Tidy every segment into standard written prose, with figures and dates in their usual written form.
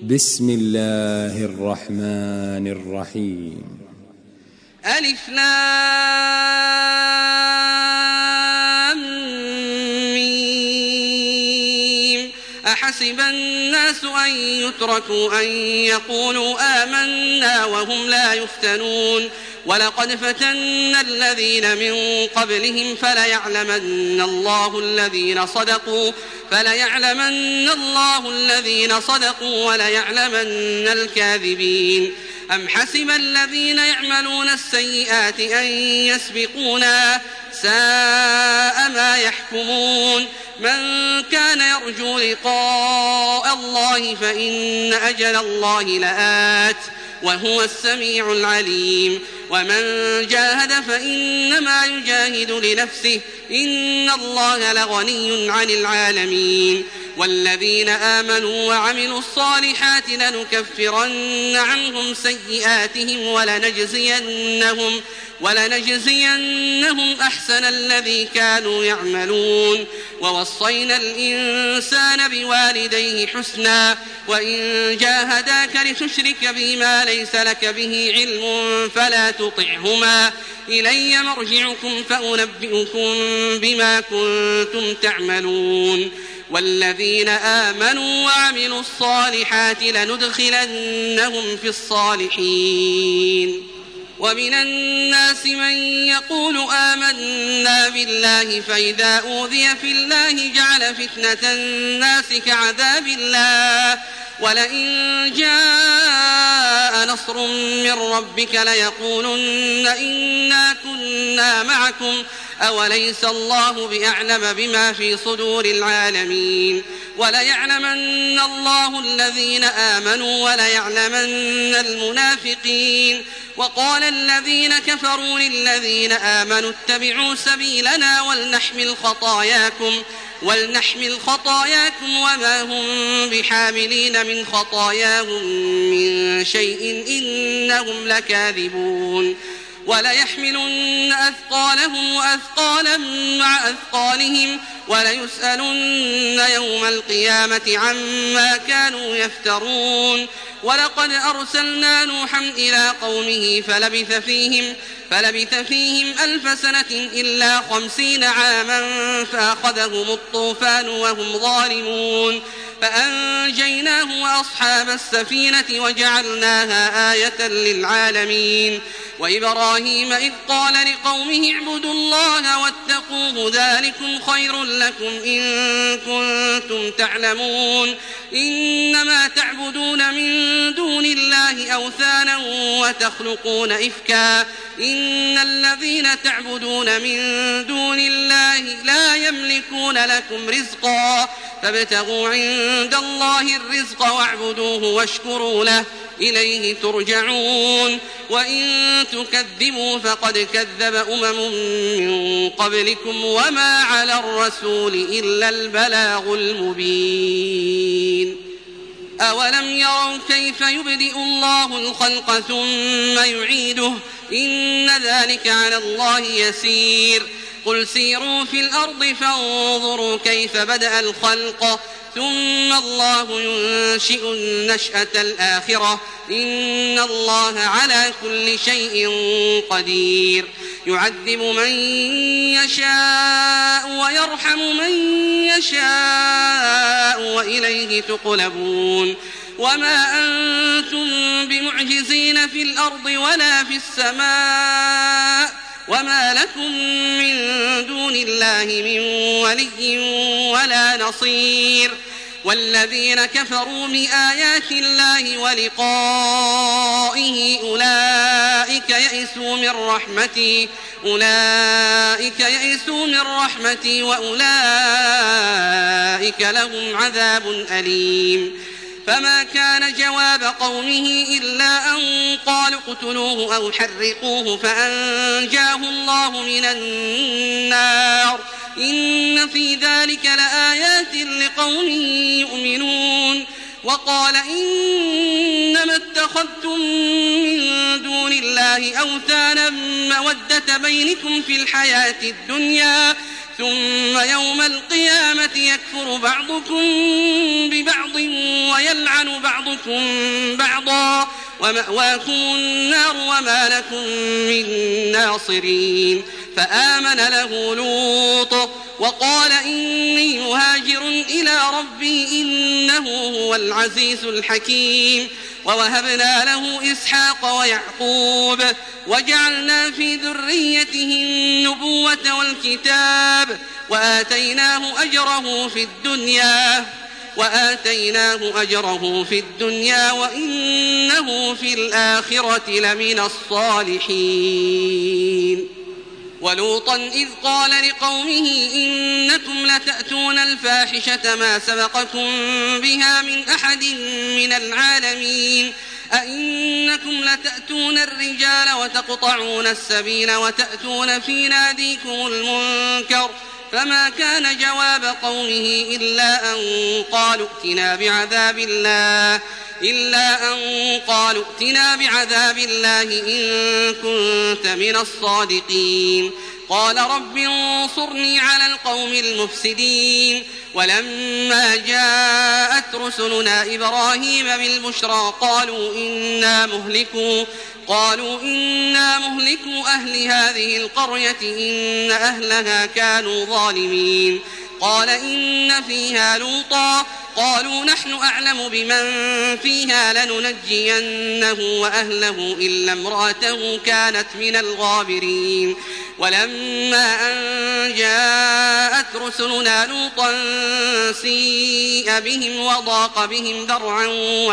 بسم الله الرحمن الرحيم. ألف لام ميم. أحسب الناس أن يتركوا أن يقولوا آمنا وهم لا يفتنون ولقد فتنا الذين من قبلهم فليعلمن الله الذين صدقوا وليعلمن الكاذبين. أم حسب الذين يعملون السيئات أن يسبقونا ساء ما يحكمون. من كان يرجو لقاء الله فإن أجل الله لآت وهو السميع العليم. ومن جاهد فإنما يجاهد لنفسه إن الله لغني عن العالمين. والذين آمنوا وعملوا الصالحات لنكفرن عنهم سيئاتهم ولنجزينهم أحسن الذي كانوا يعملون. ووصينا الإنسان بوالديه حسنا وإن جاهداك لتشرك بي ما ليس لك به علم فلا تطعهما إلي مرجعكم فأنبئكم بما كنتم تعملون. والذين آمنوا وعملوا الصالحات لندخلنهم في الصالحين. ومن الناس من يقول آمنا بالله فإذا أوذي في الله جعل فتنة الناس كعذاب الله ولئن جاء نصر من ربك ليقولن إنا كنا معكم أوليس الله بأعلم بما في صدور العالمين. وليعلمن الله الذين آمنوا وليعلمن المنافقين. وقال الذين كفروا للذين آمنوا اتبعوا سبيلنا ولنحمل خطاياكم وما هم بحاملين من خطاياهم من شيء إنهم لكاذبون. وليحملن أثقالهم وأثقالا مع أثقالهم وليسألن يوم القيامة عما كانوا يفترون. ولقد أرسلنا نوحا إلى قومه فلبث فيهم 1000 سنة إلا 50 عاما فأخذهم الطوفان وهم ظالمون فأنجيناه وأصحاب السفينة وجعلناها آية للعالمين. وإبراهيم إذ قال لقومه اعبدوا الله واتقوه ذلكم خير لكم إن كنتم تعلمون. إنما تعبدون من دون الله أوثانا وتخلقون إفكا إن الذين تعبدون من دون الله لا يملكون لكم رزقا فابتغوا عند الله الرزق واعبدوه واشكروا له إليه ترجعون. وإن تكذبوا فقد كذب أمم من قبلكم وما على الرسول إلا البلاغ المبين. أولم يروا كيف يبدئ الله الخلق ثم يعيده إن ذلك على الله يسير. قل سيروا في الأرض فانظروا كيف بدأ الخلق ثم الله ينشئ النشأة الآخرة إن الله على كل شيء قدير. يعذب من يشاء ويرحم من يشاء وإليه تقلبون. وما أنتم بمعجزين في الأرض ولا في السماء وما لكم من دون الله من ولي ولا نصير. والذين كفروا بآيات الله ولقائه أولئك يئسوا من رحمتي وأولئك لهم عذاب أليم. فما كان جواب قومه إلا أن قالوا اقتلوه أو حرقوه فأنجاه الله من النار إن في ذلك لآيات لقوم يؤمنون. وقال إنما اتخذتم من دون الله أوثانا مودة بينكم في الحياة الدنيا ثم يوم القيامة يكفر بعضكم ببعض ويلعن بعضكم بعضا ومأواكم النار وما لكم من ناصرين. فآمن له لوط وقال إني مهاجر إلى ربي إنه هو العزيز الحكيم. ووهبنا له إسحاق ويعقوب وجعلنا في ذريته النبوة والكتاب وآتيناه أجره في الدنيا وإنه في الآخرة لمن الصالحين. ولوطا إذ قال لقومه إنكم لتأتون الفاحشة ما سبقكم بها من أحد من العالمين أئنكم لتأتون الرجال وتقطعون السبيل وتأتون في ناديكم المنكر فما كان جواب قومه إلا أن قالوا ائتنا بعذاب الله إن كنت من الصادقين. قال رب انصرني على القوم المفسدين. ولما جاءت رسلنا إبراهيم بالبشرى قالوا إنا مهلكو أهل هذه القرية إن أهلها كانوا ظالمين. قال إن فيها لوطا قالوا نحن أعلم بمن فيها لننجينه وأهله إلا امرأته كانت من الغابرين. ولما أن جاءت رسلنا لوطا سيء بهم وضاق بهم ذرعا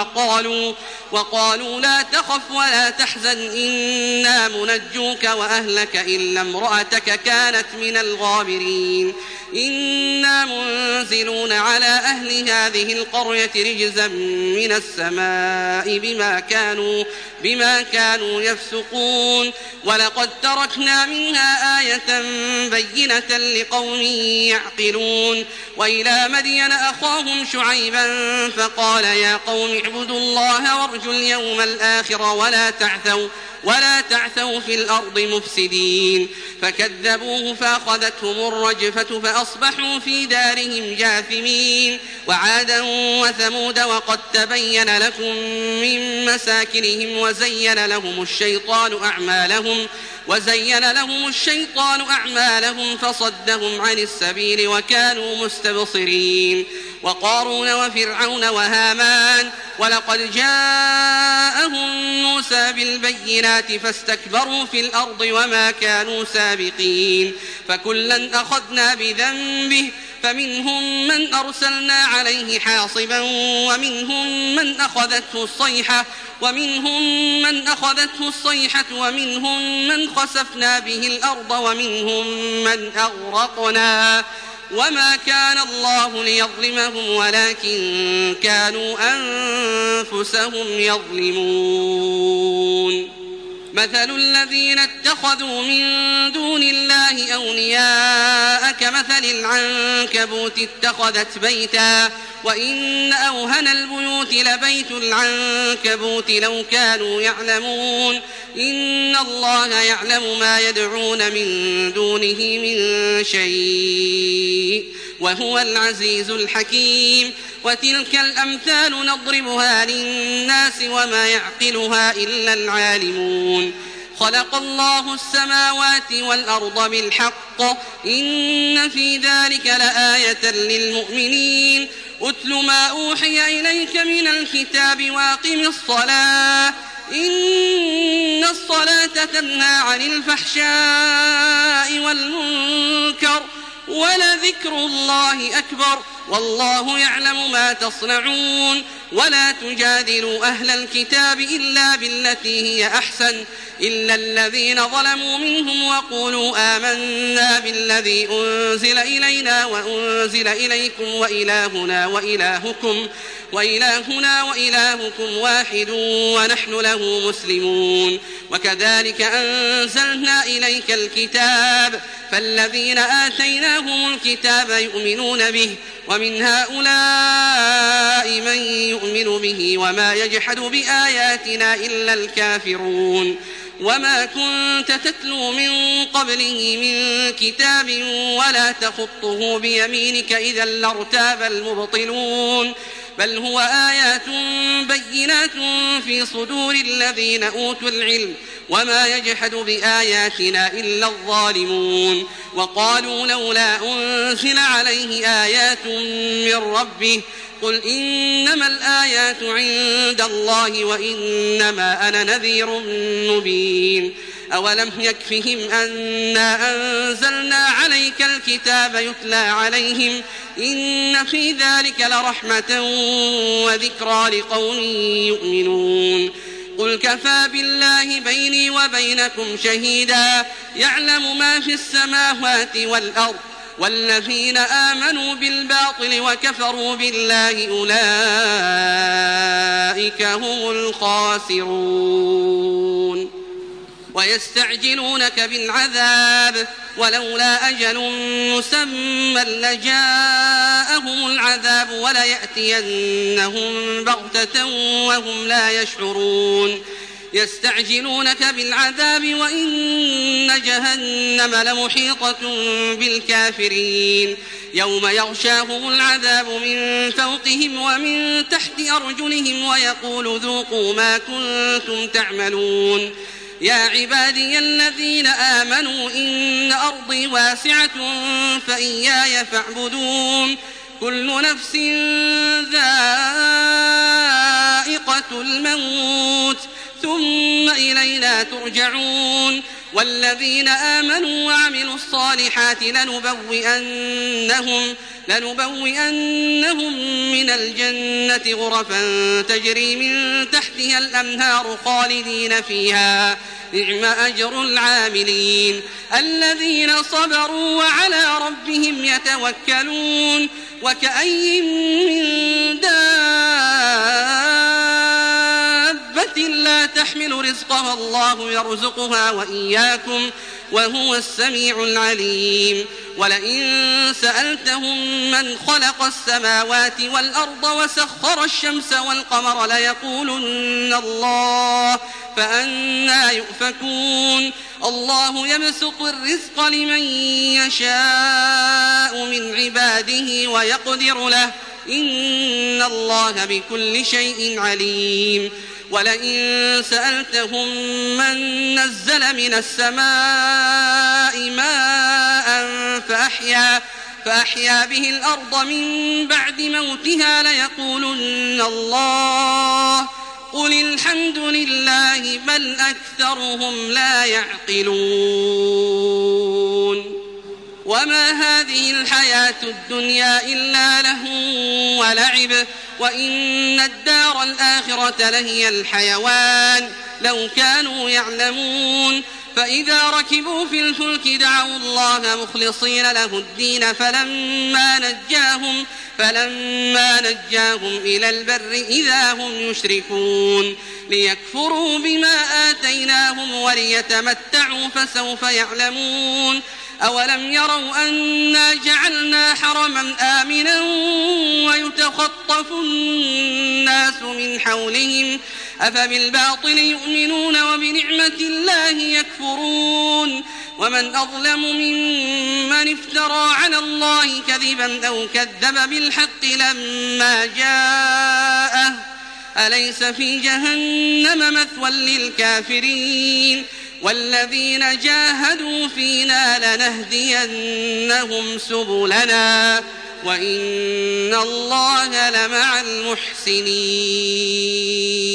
وقالوا لا تخف ولا تحزن إنا منجوك وأهلك إلا امرأتك كانت من الغابرين. إنا منزلون على أهل هذه القرية رجزا من السماء بما كانوا يفسقون. ولقد تركنا منها آية بينة لقوم يعقلون. وإلى مدين أخاهم شعيبا فقال يا قوم اعبدوا الله وارجوا اليوم الآخر ولا تعثوا في الأرض مفسدين. فكذبوه فأخذتهم الرجفة فأصبحوا في دارهم جاثمين. وعادا وثمود وقد تبين لكم من مساكنهم وزين لهم الشيطان أعمالهم فصدهم عن السبيل وكانوا مستبصرين. وقارون وفرعون وهامان ولقد جاءهم موسى بالبينات فاستكبروا في الأرض وما كانوا سابقين. فكلا أخذنا بذنبه فمنهم من أرسلنا عليه حاصبا ومنهم من أخذته الصيحة ومنهم من خسفنا به الأرض ومنهم من أغرقنا وما كان الله ليظلمهم ولكن كانوا أنفسهم يظلمون. مثل الذين اتخذوا من دون الله أولياء كمثل العنكبوت اتخذت بيتا وإن أوهن البيوت لبيت العنكبوت لو كانوا يعلمون. إن الله يعلم ما يدعون من دونه من شيء وهو العزيز الحكيم. وتلك الأمثال نضربها للناس وما يعقلها إلا العالمون. خلق الله السماوات والأرض بالحق إن في ذلك لآية للمؤمنين. أتل ما أوحي إليك من الكتاب وأقم الصلاة إن الصلاة تنهى عن الفحشاء والمنكر ولذكر الله أكبر والله يعلم ما تصنعون. ولا تجادلوا أهل الكتاب إلا بالتي هي أحسن إلا الذين ظلموا منهم وقولوا آمنا بالذي أنزل إلينا وأنزل إليكم وإلهنا وإلهنا وإلهكم واحد ونحن له مسلمون. وكذلك أنزلنا إليك الكتاب فالذين آتيناهم الكتاب يؤمنون به ومن هؤلاء من يؤمن به وما يجحد بآياتنا إلا الكافرون. وما كنت تتلو من قبله من كتاب ولا تخطه بيمينك إذا لارتاب المبطلون بل هو آيات بينات في صدور الذين أوتوا العلم وما يجحد بآياتنا إلا الظالمون. وقالوا لولا أنزل عليه آيات من ربه قل إنما الآيات عند الله وإنما أنا نذير مبين. أولم يكفهم أنا أنزلنا عليك الكتاب يتلى عليهم إن في ذلك لرحمة وذكرى لقوم يؤمنون. قل كفى بالله بيني وبينكم شهيدا يعلم ما في السماوات والأرض والذين آمنوا بالباطل وكفروا بالله أولئك هم الخاسرون. ويستعجلونك بالعذاب ولولا أجل مسمى لجاءهم العذاب وليأتينهم بغتة وهم لا يشعرون. يستعجلونك بالعذاب وإن جهنم لمحيطة بالكافرين يوم يغشاهم العذاب من فوقهم ومن تحت أرجلهم ويقول ذوقوا ما كنتم تعملون. يا عبادي الذين آمنوا إن أرضي واسعة فإياي فاعبدون. كل نفس ذائقة الموت ثم إلينا ترجعون. والذين آمنوا وعملوا الصالحات لنبوئنهم من الجنة غرفا تجري من تحتها الأنهار خالدين فيها نعم أجر العاملين الذين صبروا وعلى ربهم يتوكلون. وكأي من دابة لا تحمل رزقها الله يرزقها وإياكم وهو السميع العليم. ولئن سألتهم من خلق السماوات والأرض وسخر الشمس والقمر ليقولن الله فأنى يؤفكون. الله يبسط الرزق لمن يشاء من عباده ويقدر له إن الله بكل شيء عليم. ولئن سألتهم من نزل من السماء ماء فأحيا به الأرض من بعد موتها ليقولن الله قل الحمد لله بل أكثرهم لا يعقلون. وما هذه الحياة الدنيا إلا لهو ولعب وإن الدار الآخرة لهي الحيوان لو كانوا يعلمون. فإذا ركبوا في الفلك دعوا الله مخلصين له الدين فلما نجاهم إلى البر إذا هم يشركون. ليكفروا بما آتيناهم وليتمتعوا فسوف يعلمون. أولم يروا أنا جعلنا حرما آمنا ويتخطف الناس من حولهم أفبالباطل يؤمنون وبنعمة الله يكفرون. ومن أظلم ممن افترى على الله كذبا أو كذب بالحق لما جاءه أليس في جهنم مثوى للكافرين. والذين جاهدوا فينا لنهدينهم سبلنا وإن الله لمع المحسنين.